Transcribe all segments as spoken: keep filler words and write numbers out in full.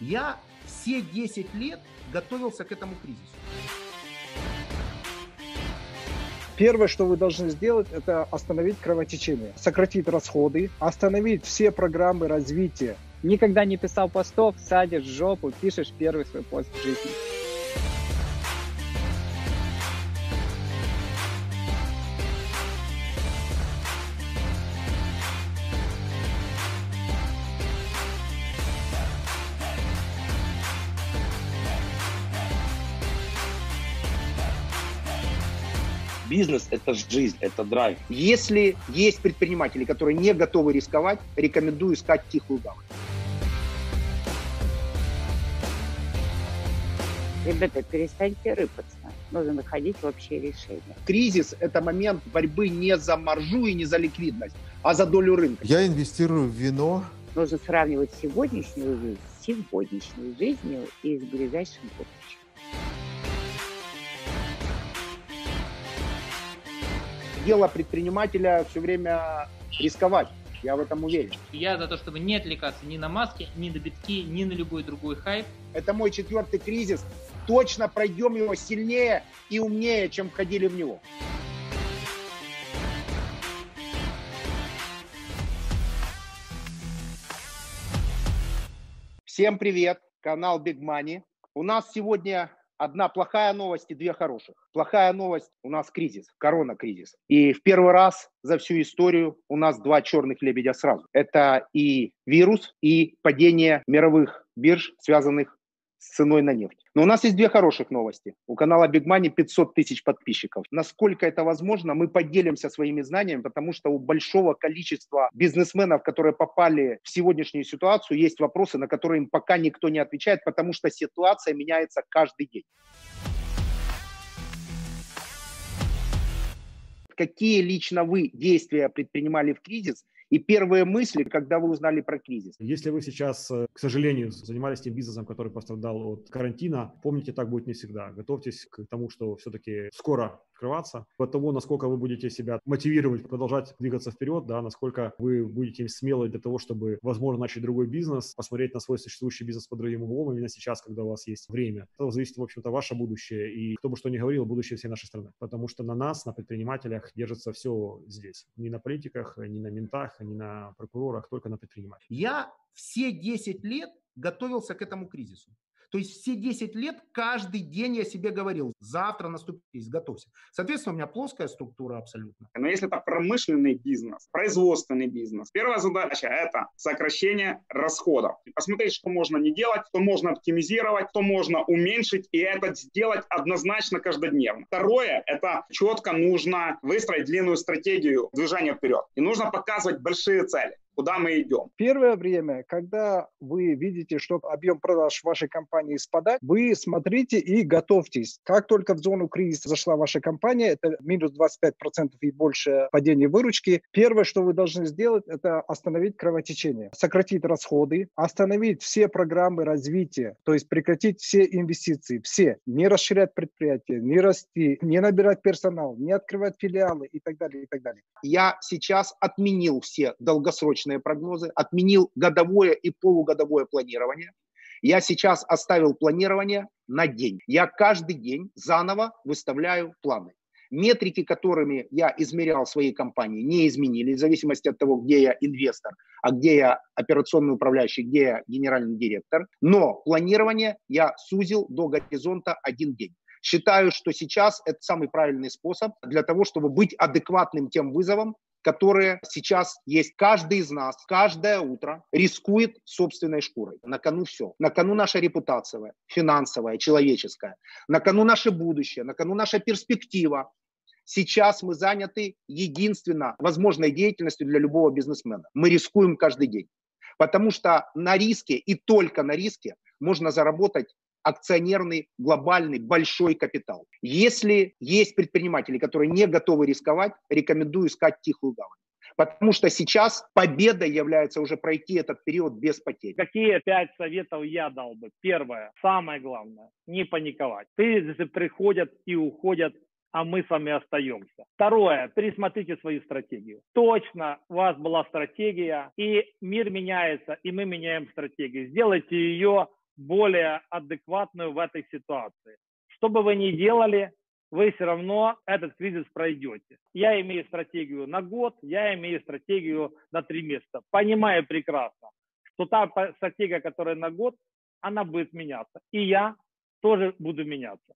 Я все десять лет готовился к этому кризису. Первое, что вы должны сделать, это остановить кровотечение, сократить расходы, остановить все программы развития. Никогда не писал постов, садишь жопу, пишешь первый свой пост в жизни. Бизнес – это жизнь, это драйв. Если есть предприниматели, которые не готовы рисковать, рекомендую искать тихую гавань. Ребята, перестаньте рыпаться. Нужно находить общее решение. Кризис – это момент борьбы не за маржу и не за ликвидность, а за долю рынка. Я инвестирую в вино. Нужно сравнивать сегодняшнюю жизнь с сегодняшней жизнью и с ближайшим будущим. Дело предпринимателя все время рисковать. Я в этом уверен. Я за то, чтобы не отвлекаться ни на маски, ни на битки, ни на любой другой хайп. Это мой четвертый кризис. Точно пройдем его сильнее и умнее, чем входили в него. Всем привет, канал Big Money. У нас сегодня одна плохая новость и две хороших. Плохая новость – у нас кризис, корона-кризис. И в первый раз за всю историю у нас два черных лебедя сразу. Это и вирус, и падение мировых бирж, связанных с ценой на нефть. Но у нас есть две хороших новости. У канала Big Money пятьсот тысяч подписчиков. Насколько это возможно, мы поделимся своими знаниями, потому что у большого количества бизнесменов, которые попали в сегодняшнюю ситуацию, есть вопросы, на которые им пока никто не отвечает, потому что ситуация меняется каждый день. Какие лично вы действия предпринимали в кризис? И первые мысли, когда вы узнали про кризис? Если вы сейчас, к сожалению, занимались тем бизнесом, который пострадал от карантина, помните, так будет не всегда. Готовьтесь к тому, что все-таки скоро открываться. От того, насколько вы будете себя мотивировать, продолжать двигаться вперед, да, насколько вы будете смелы для того, чтобы, возможно, начать другой бизнес, посмотреть на свой существующий бизнес под другим углом, именно сейчас, когда у вас есть время. Это зависит, в общем-то, ваше будущее. И кто бы что ни говорил, будущее всей нашей страны. Потому что на нас, на предпринимателях, держится все здесь. Не на политиках, не на ментах, не на прокурорах, только на предпринимателях. Я все десять лет готовился к этому кризису. То есть все десять лет каждый день я себе говорил, завтра наступит кризис, готовься. Соответственно, у меня плоская структура абсолютно. Но если это промышленный бизнес, производственный бизнес, первая задача – это сокращение расходов. И посмотреть, что можно не делать, что можно оптимизировать, что можно уменьшить, и это сделать однозначно каждодневно. Второе – это четко нужно выстроить длинную стратегию движения вперед. И нужно показывать большие цели. Куда мы идем? Первое время, когда вы видите, что объем продаж вашей компании спадает, вы смотрите и готовьтесь. Как только в зону кризиса зашла ваша компания, это минус двадцать пять процентов и больше падения выручки, первое, что вы должны сделать, это остановить кровотечение, сократить расходы, остановить все программы развития, то есть прекратить все инвестиции, все. Не расширять предприятия, не расти, не набирать персонал, не открывать филиалы и так далее, и так далее. Я сейчас отменил все долгосрочные прогнозы, отменил годовое и полугодовое планирование. Я сейчас оставил планирование на день. Я каждый день заново выставляю планы. Метрики, которыми я измерял свои компании, не изменились в зависимости от того, где я инвестор, а где я операционный управляющий, где я генеральный директор. Но планирование я сузил до горизонта один день. Считаю, что сейчас это самый правильный способ для того, чтобы быть адекватным тем вызовам, которые сейчас есть. Каждый из нас, каждое утро рискует собственной шкурой. На кону все. На кону наша репутация, финансовая, человеческая. На кону наше будущее, на кону наша перспектива. Сейчас мы заняты единственно возможной деятельностью для любого бизнесмена. Мы рискуем каждый день. Потому что на риске и только на риске можно заработать акционерный, глобальный, большой капитал. Если есть предприниматели, которые не готовы рисковать, рекомендую искать тихую гавань. Потому что сейчас победой является уже пройти этот период без потерь. Какие пять советов я дал бы? Первое, самое главное, не паниковать. Кризисы приходят и уходят, а мы с вами остаемся. Второе, пересмотрите свою стратегию. Точно у вас была стратегия, и мир меняется, и мы меняем стратегию. Сделайте ее более адекватную в этой ситуации. Что бы вы ни делали, вы все равно этот кризис пройдете. Я имею стратегию на год, я имею стратегию на три месяца. Понимаю прекрасно, что та стратегия, которая на год, она будет меняться. И я тоже буду меняться.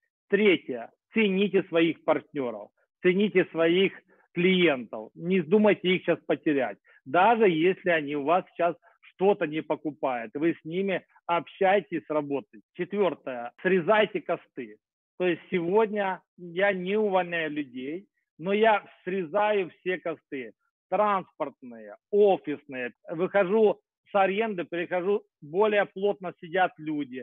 Третье. Цените своих партнеров, цените своих клиентов. Не думайте их сейчас потерять. Даже если они у вас сейчас что-то не покупают, вы с ними общаетесь, работаете. Четвертое. Срезайте косты. То есть сегодня я не увольняю людей, но я срезаю все косты. Транспортные, офисные. Выхожу с аренды, перехожу, более плотно сидят люди.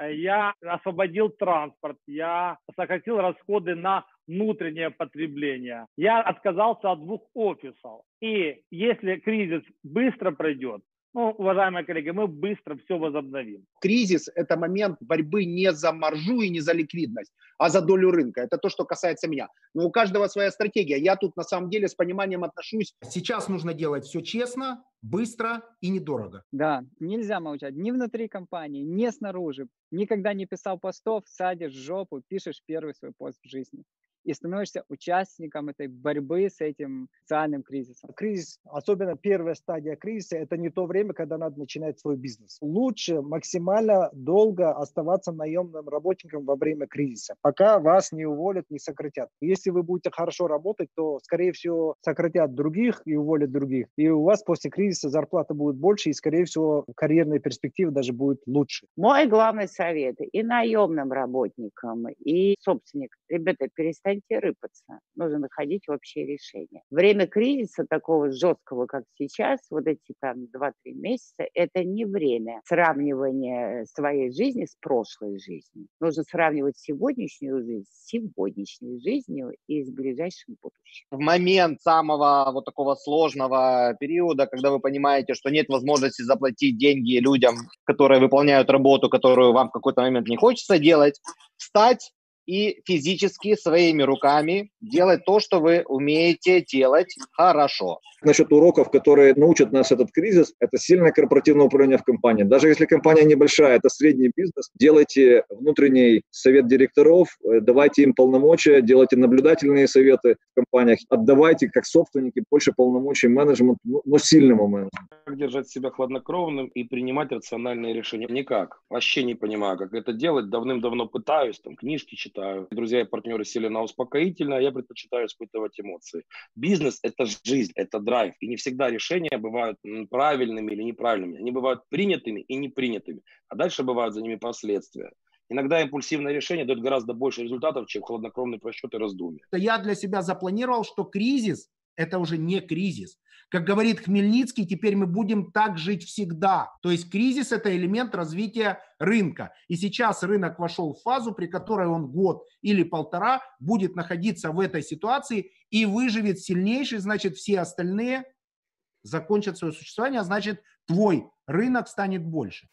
Я освободил транспорт, я сократил расходы на внутреннее потребление. Я отказался от двух офисов. И если кризис быстро пройдет, ну, уважаемые коллеги, мы быстро все возобновим. Кризис – это момент борьбы не за маржу и не за ликвидность, а за долю рынка. Это то, что касается меня. Но у каждого своя стратегия. Я тут на самом деле с пониманием отношусь. Сейчас нужно делать все честно, быстро и недорого. Да, нельзя молчать ни внутри компании, ни снаружи. Никогда не писал постов, садишь жопу, пишешь первый свой пост в жизни. И становишься участником этой борьбы с этим социальным кризисом. Кризис, особенно первая стадия кризиса, это не то время, когда надо начинать свой бизнес. Лучше максимально долго оставаться наемным работником во время кризиса, пока вас не уволят, не сократят. Если вы будете хорошо работать, то, скорее всего, сократят других и уволят других. И у вас после кризиса зарплата будет больше, и, скорее всего, карьерные перспективы даже будут лучше. Мой главный совет и наемным работникам, и собственникам. Ребята, перестаньте рыпаться. Нужно находить общее решение. Время кризиса такого жесткого, как сейчас, вот эти там два-три месяца, это не время сравнивания своей жизни с прошлой жизнью. Нужно сравнивать сегодняшнюю жизнь с сегодняшней жизнью и с ближайшим будущим. В момент самого вот такого сложного периода, когда вы понимаете, что нет возможности заплатить деньги людям, которые выполняют работу, которую вам в какой-то момент не хочется делать, встать и физически своими руками делать то, что вы умеете делать хорошо. Насчет уроков, которые научат нас этот кризис, это сильное корпоративное управление в компании. Даже если компания небольшая, это средний бизнес, делайте внутренний совет директоров, давайте им полномочия, делайте наблюдательные советы в компаниях, отдавайте как собственники больше полномочий менеджменту, но сильному менеджменту. Как держать себя хладнокровным и принимать рациональные решения? Никак. Вообще не понимаю, как это делать. Давным-давно пытаюсь, там книжки читаю. Друзья и партнеры сели на успокоительное, а я предпочитаю испытывать эмоции. Бизнес – это жизнь, это драйв. И не всегда решения бывают правильными или неправильными. Они бывают принятыми и непринятыми. А дальше бывают за ними последствия. Иногда импульсивное решение дает гораздо больше результатов, чем хладнокровный просчет и раздумья. Я для себя запланировал, что кризис – это уже не кризис. Как говорит Хмельницкий, теперь мы будем так жить всегда. То есть кризис – это элемент развития рынка. И сейчас рынок вошел в фазу, при которой он год или полтора будет находиться в этой ситуации и выживет сильнейший, значит, все остальные закончат свое существование, а значит, твой рынок станет больше.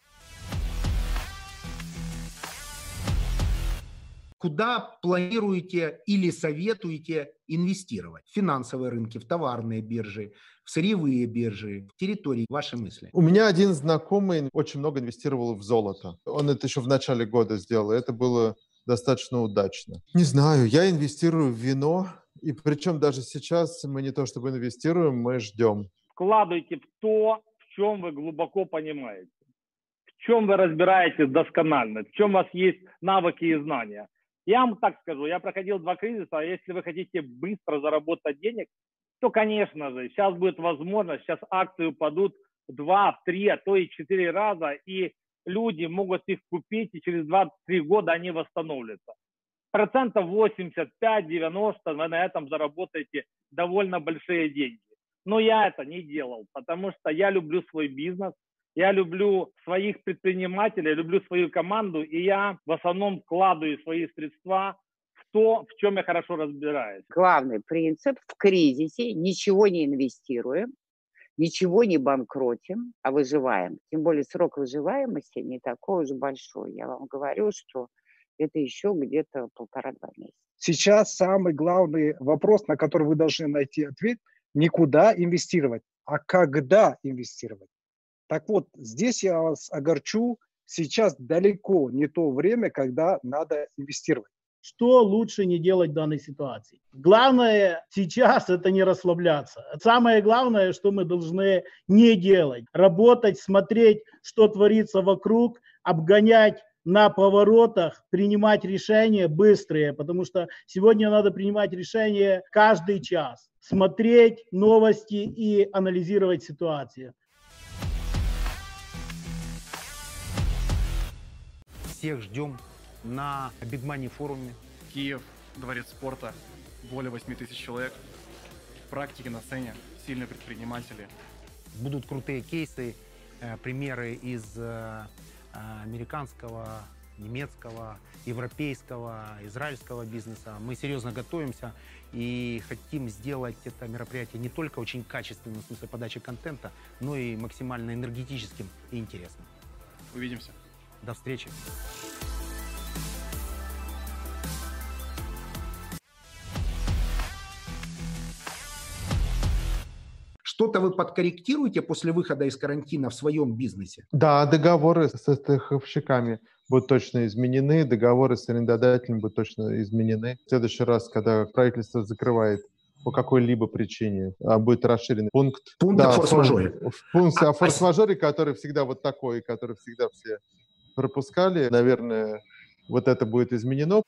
Куда планируете или советуете инвестировать? В финансовые рынки, в товарные биржи, в сырьевые биржи, в территории. Ваши мысли? У меня один знакомый очень много инвестировал в золото. Он это еще в начале года сделал, и это было достаточно удачно. Не знаю, я инвестирую в вино, и причем даже сейчас мы не то чтобы инвестируем, мы ждем. Вкладывайте в то, в чем вы глубоко понимаете, в чем вы разбираетесь досконально, в чем у вас есть навыки и знания. Я вам так скажу, я проходил два кризиса, а если вы хотите быстро заработать денег, то, конечно же, сейчас будет возможность, сейчас акции упадут в два, три, а то и четыре раза, и люди могут их купить, и через два-три года они восстановятся. Процентов восемьдесят пять - девяносто вы на этом заработаете довольно большие деньги. Но я это не делал, потому что я люблю свой бизнес, я люблю своих предпринимателей, люблю свою команду, и я в основном вкладываю свои средства в то, в чем я хорошо разбираюсь. Главный принцип – в кризисе ничего не инвестируем, ничего не банкротим, а выживаем. Тем более срок выживаемости не такой уж большой. Я вам говорю, что это еще где-то полтора-два месяца. Сейчас самый главный вопрос, на который вы должны найти ответ – не куда инвестировать, а когда инвестировать. Так вот, здесь я вас огорчу. сейчас далеко не то время, когда надо инвестировать. Что лучше не делать в данной ситуации? Главное сейчас это не расслабляться. Самое главное, что мы должны не делать. Работать, смотреть, что творится вокруг, обгонять на поворотах, принимать решения быстрые, потому что сегодня надо принимать решения каждый час. Смотреть новости и анализировать ситуацию. Всех ждем на Big Money форуме. Киев, дворец спорта, более восьми тысяч человек. Практики на сцене, сильные предприниматели. Будут крутые кейсы, э, примеры из э, американского, немецкого, европейского, израильского бизнеса. Мы серьезно готовимся и хотим сделать это мероприятие не только очень качественным в смысле подачи контента, но и максимально энергетическим и интересным. Увидимся. До встречи. Что-то вы подкорректируете после выхода из карантина в своем бизнесе? Да, договоры со страховщиками будут точно изменены, договоры с арендодателем будут точно изменены. В следующий раз, когда правительство закрывает по какой-либо причине, будет расширен пункт. Пункт да, о форс-мажоре. Пункт а, о форс-мажоре, который всегда вот такой, который всегда все пропускали. Наверное, вот это будет изменено.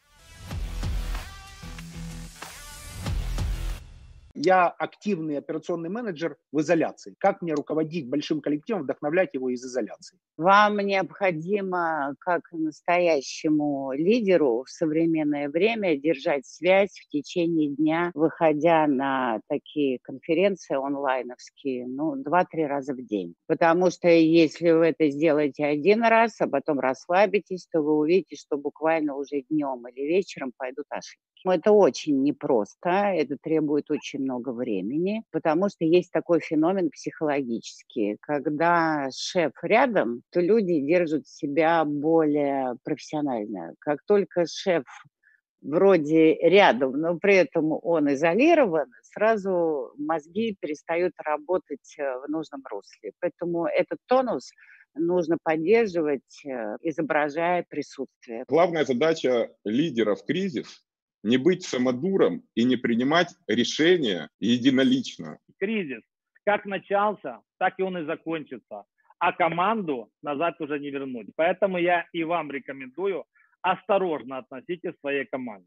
Я активный операционный менеджер в изоляции. Как мне руководить большим коллективом, вдохновлять его из изоляции? Вам необходимо, как настоящему лидеру в современное время, держать связь в течение дня, выходя на такие конференции онлайновские, ну, два-три раза в день. Потому что если вы это сделаете один раз, а потом расслабитесь, то вы увидите, что буквально уже днем или вечером пойдут ошибки. Это очень непросто, это требует очень много времени, потому что есть такой феномен психологический. Когда шеф рядом, то люди держат себя более профессионально. Как только шеф вроде рядом, но при этом он изолирован, сразу мозги перестают работать в нужном русле. Поэтому этот тонус нужно поддерживать, изображая присутствие. Главная задача лидера в кризис – не быть самодуром и не принимать решения единолично. Кризис как начался, так и он и закончится. А команду назад уже не вернуть. Поэтому я и вам рекомендую осторожно относитесь к своей команде.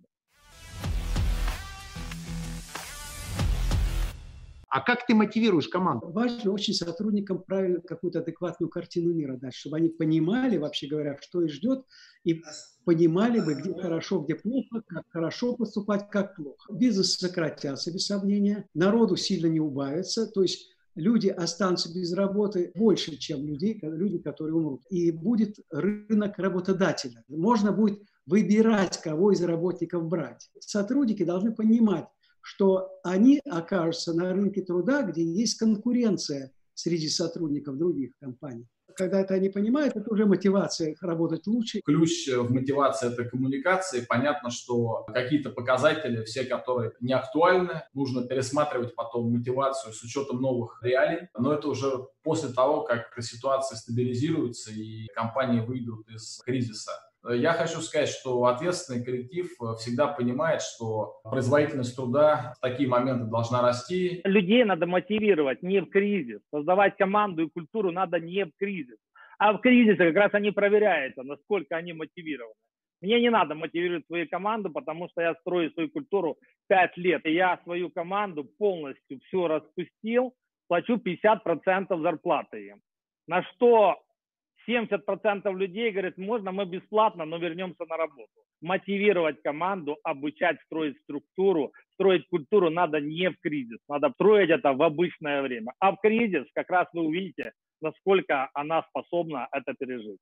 А как ты мотивируешь команду? Важно очень сотрудникам правильно какую-то адекватную картину мира дать, чтобы они понимали, вообще говоря, что их ждет, и понимали бы, где хорошо, где плохо, как хорошо поступать, как плохо. Бизнес сократятся, без сомнения, народу сильно не убавится, то есть люди останутся без работы больше, чем людей, люди, которые умрут. И будет рынок работодателя. Можно будет выбирать, кого из работников брать. Сотрудники должны понимать, что они окажутся на рынке труда, где есть конкуренция среди сотрудников других компаний. Когда это они понимают, это уже мотивация работать лучше. Ключ в мотивации – это коммуникации. Понятно, что какие-то показатели, все которые не актуальны, нужно пересматривать потом мотивацию с учетом новых реалий. Но это уже после того, как ситуация стабилизируется и компании выйдут из кризиса. Я хочу сказать, что ответственный коллектив всегда понимает, что производительность труда в такие моменты должна расти. Людей надо мотивировать не в кризис. Создавать команду и культуру надо не в кризис. А в кризисе как раз они проверяются, насколько они мотивированы. Мне не надо мотивировать свою команду, потому что я строю свою культуру пять лет. И я свою команду полностью все распустил, плачу пятьдесят процентов зарплаты им. На что семьдесят процентов людей говорят, можно мы бесплатно, но вернемся на работу. Мотивировать команду, обучать, строить структуру, строить культуру надо не в кризис. Надо строить это в обычное время. А в кризис как раз вы увидите, насколько она способна это пережить.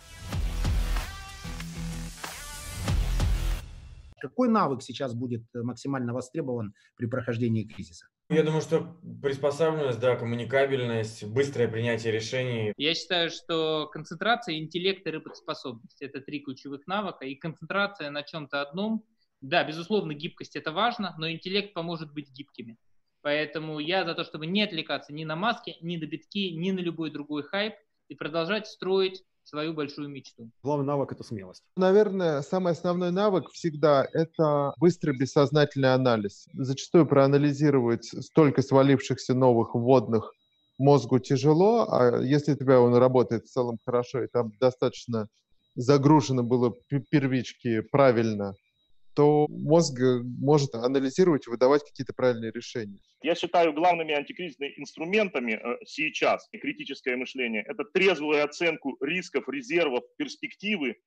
Какой навык сейчас будет максимально востребован при прохождении кризиса? Я думаю, что приспособленность, да, коммуникабельность, быстрое принятие решений. Я считаю, что концентрация, интеллект и работоспособность – это три ключевых навыка. И концентрация на чем-то одном, да, безусловно, гибкость – это важно, но интеллект поможет быть гибкими. Поэтому я за то, чтобы не отвлекаться ни на маски, ни на битки, ни на любой другой хайп и продолжать строить свою большую мечту. Главный навык – это смелость. Наверное, самый основной навык всегда – это быстрый бессознательный анализ. Зачастую проанализировать столько свалившихся новых вводных мозгу тяжело, а если у тебя он работает в целом хорошо, и там достаточно загружено было первички правильно, то мозг может анализировать и выдавать какие-то правильные решения. Я считаю, главными антикризисными инструментами сейчас и критическое мышление – это трезвую оценку рисков, резервов, перспективы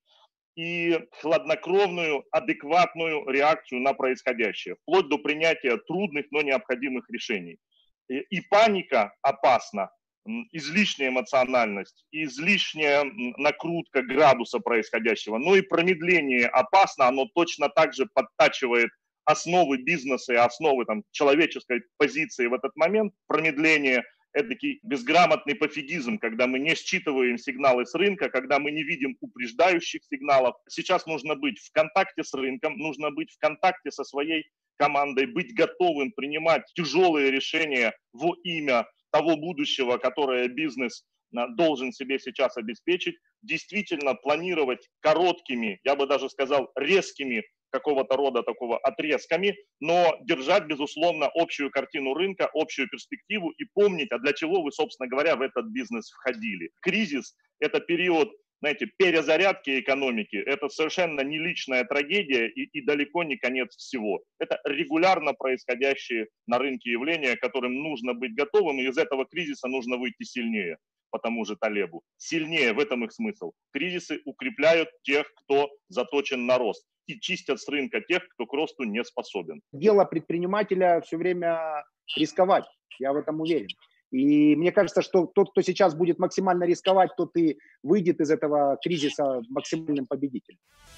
и хладнокровную, адекватную реакцию на происходящее, вплоть до принятия трудных, но необходимых решений. И паника опасна, излишняя эмоциональность, излишняя накрутка градуса происходящего, но и промедление опасно, оно точно так же подтачивает основы бизнеса и основы там, человеческой позиции в этот момент. Промедление – это такой безграмотный пофигизм, когда мы не считываем сигналы с рынка, когда мы не видим упреждающих сигналов. Сейчас нужно быть в контакте с рынком, нужно быть в контакте со своей командой, быть готовым принимать тяжелые решения во имя того будущего, которое бизнес должен себе сейчас обеспечить, действительно планировать короткими, я бы даже сказал, резкими какого-то рода такого отрезками, но держать, безусловно, общую картину рынка, общую перспективу и помнить, а для чего вы, собственно говоря, в этот бизнес входили. Кризис – это период, знаете, перезарядки экономики, это совершенно не личная трагедия и, и далеко не конец всего. Это регулярно происходящие на рынке явления, к которым нужно быть готовым, и из этого кризиса нужно выйти сильнее, по тому же Талебу. Сильнее, в этом их смысл. Кризисы укрепляют тех, кто заточен на рост, и чистят с рынка тех, кто к росту не способен. Дело предпринимателя все время рисковать, я в этом уверен. И мне кажется, что тот, кто сейчас будет максимально рисковать, тот и выйдет из этого кризиса максимальным победителем.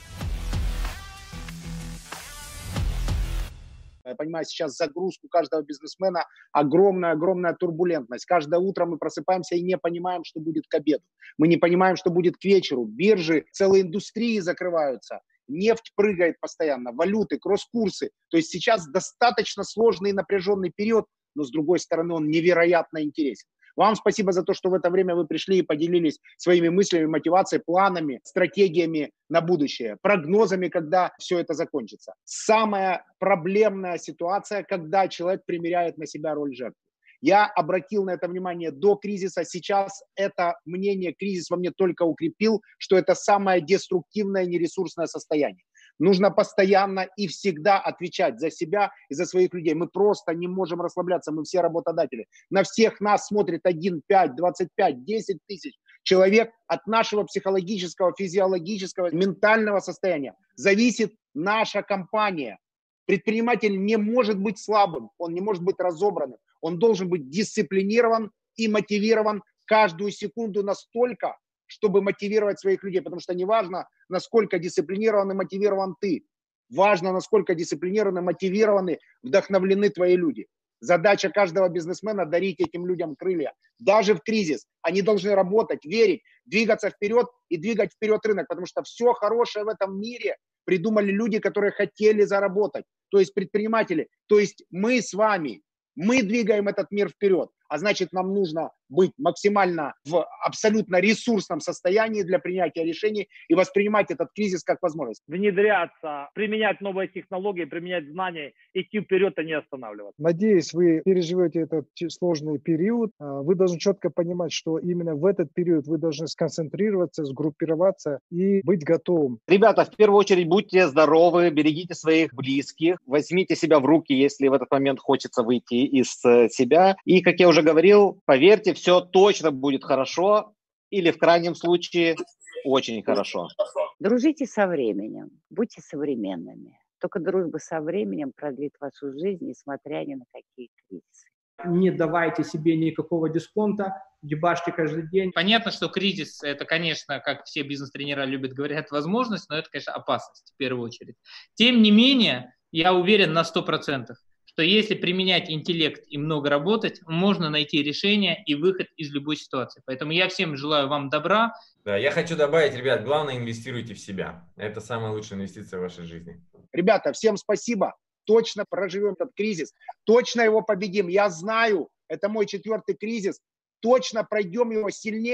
Я понимаю, сейчас загрузку каждого бизнесмена огромная-огромная турбулентность. Каждое утро мы просыпаемся и не понимаем, что будет к обеду. Мы не понимаем, что будет к вечеру. Биржи, целые индустрии закрываются. Нефть прыгает постоянно, валюты, кросс-курсы. То есть сейчас достаточно сложный и напряженный период, но с другой стороны он невероятно интересен. Вам спасибо за то, что в это время вы пришли и поделились своими мыслями, мотивацией, планами, стратегиями на будущее, прогнозами, когда все это закончится. Самая проблемная ситуация, когда человек примеряет на себя роль жертвы. Я обратил на это внимание до кризиса. Сейчас это мнение кризис во мне только укрепил, что это самое деструктивное, нересурсное состояние. Нужно постоянно и всегда отвечать за себя и за своих людей. Мы просто не можем расслабляться, мы все работодатели. На всех нас смотрит один, пять, двадцать пять, десять тысяч человек. От нашего психологического, физиологического, ментального состояния зависит наша компания. Предприниматель не может быть слабым, он не может быть разобранным. Он должен быть дисциплинирован и мотивирован каждую секунду настолько, чтобы мотивировать своих людей. Потому что не важно, насколько дисциплинирован и мотивирован ты. Важно, насколько дисциплинированы, мотивированы, вдохновлены твои люди. Задача каждого бизнесмена – дарить этим людям крылья. Даже в кризис они должны работать, верить, двигаться вперед и двигать вперед рынок. Потому что все хорошее в этом мире придумали люди, которые хотели заработать. То есть предприниматели. То есть мы с вами. Мы двигаем этот мир вперед, а значит, нам нужно быть максимально в абсолютно ресурсном состоянии для принятия решений и воспринимать этот кризис как возможность. Внедряться, применять новые технологии, применять знания, идти вперед, а не останавливаться. Надеюсь, вы переживете этот сложный период. Вы должны четко понимать, что именно в этот период вы должны сконцентрироваться, сгруппироваться и быть готовым. Ребята, в первую очередь будьте здоровы, берегите своих близких, возьмите себя в руки, если в этот момент хочется выйти из себя. И, как я уже говорил, поверьте, все точно будет хорошо или в крайнем случае очень хорошо. Дружите со временем, будьте современными. Только дружба со временем продлит вашу жизнь, несмотря ни на какие кризисы. Не давайте себе никакого дисконта, дебашьте каждый день. Понятно, что кризис – это, конечно, как все бизнес-тренера любят говорить, возможность, но это, конечно, опасность в первую очередь. Тем не менее, я уверен на сто процентов, что если применять интеллект и много работать, можно найти решение и выход из любой ситуации. Поэтому я всем желаю вам добра. Да, я хочу добавить, ребят, главное, инвестируйте в себя. Это самая лучшая инвестиция в вашей жизни. Ребята, всем спасибо. Точно проживем этот кризис. Точно его победим. Я знаю, это мой четвертый кризис. Точно пройдем его сильнее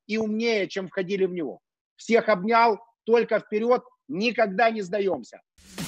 и умнее, чем входили в него. Всех обнял, только вперед, никогда не сдаемся.